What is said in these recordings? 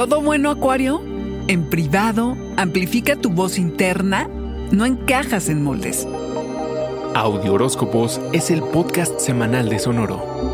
¿Todo bueno, Acuario? En privado, amplifica tu voz interna. No encajas en moldes. Audio Horóscopos es el podcast semanal de Sonoro.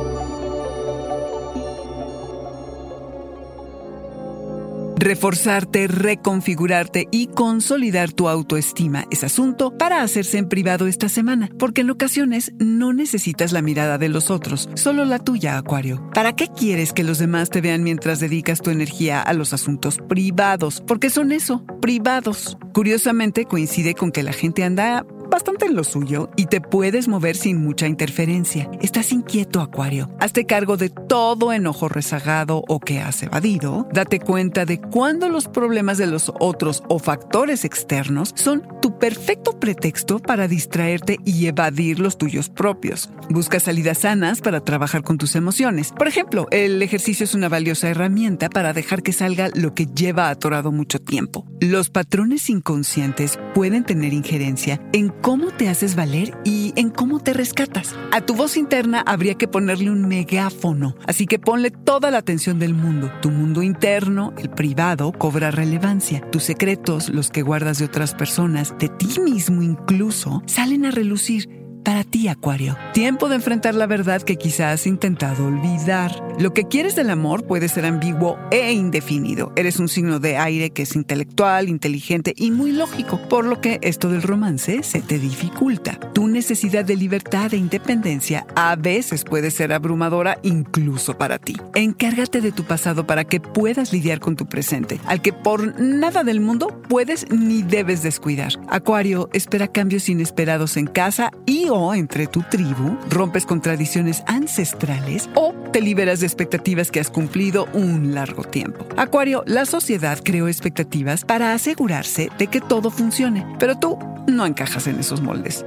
Reforzarte, reconfigurarte y consolidar tu autoestima es asunto para hacerse en privado esta semana, porque en ocasiones no necesitas la mirada de los otros, solo la tuya, Acuario. ¿Para qué quieres que los demás te vean mientras dedicas tu energía a los asuntos privados? Porque son eso, privados. Curiosamente coincide con que la gente anda bastante en lo suyo y te puedes mover sin mucha interferencia. Estás inquieto, Acuario. Hazte cargo de todo enojo rezagado o que has evadido. Date cuenta de cuándo los problemas de los otros o factores externos son tu perfecto pretexto para distraerte y evadir los tuyos propios. Busca salidas sanas para trabajar con tus emociones. Por ejemplo, el ejercicio es una valiosa herramienta para dejar que salga lo que lleva atorado mucho tiempo. Los patrones inconscientes pueden tener injerencia en cómo te haces valer y en cómo te rescatas. A tu voz interna habría que ponerle un megáfono, así que ponle toda la atención del mundo. Tu mundo interno, el privado, cobra relevancia. Tus secretos, los que guardas de otras personas, de ti mismo incluso, salen a relucir. Para ti, Acuario. Tiempo de enfrentar la verdad que quizás has intentado olvidar. Lo que quieres del amor puede ser ambiguo e indefinido. Eres un signo de aire que es intelectual, inteligente y muy lógico, por lo que esto del romance se te dificulta. Tu necesidad de libertad e independencia a veces puede ser abrumadora incluso para ti. Encárgate de tu pasado para que puedas lidiar con tu presente, al que por nada del mundo puedes ni debes descuidar. Acuario, espera cambios inesperados en casa y o entre tu tribu, rompes con tradiciones ancestrales o te liberas de expectativas que has cumplido un largo tiempo. Acuario, la sociedad creó expectativas para asegurarse de que todo funcione, pero tú no encajas en esos moldes.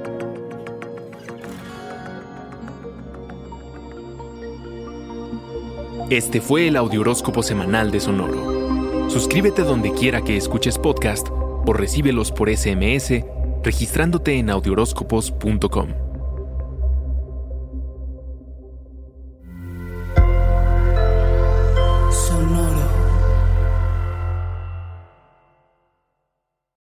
Este fue el Audio Horóscopo semanal de Sonoro. Suscríbete donde quiera que escuches podcast o recíbelos por SMS registrándote en audiohoróscopos.com.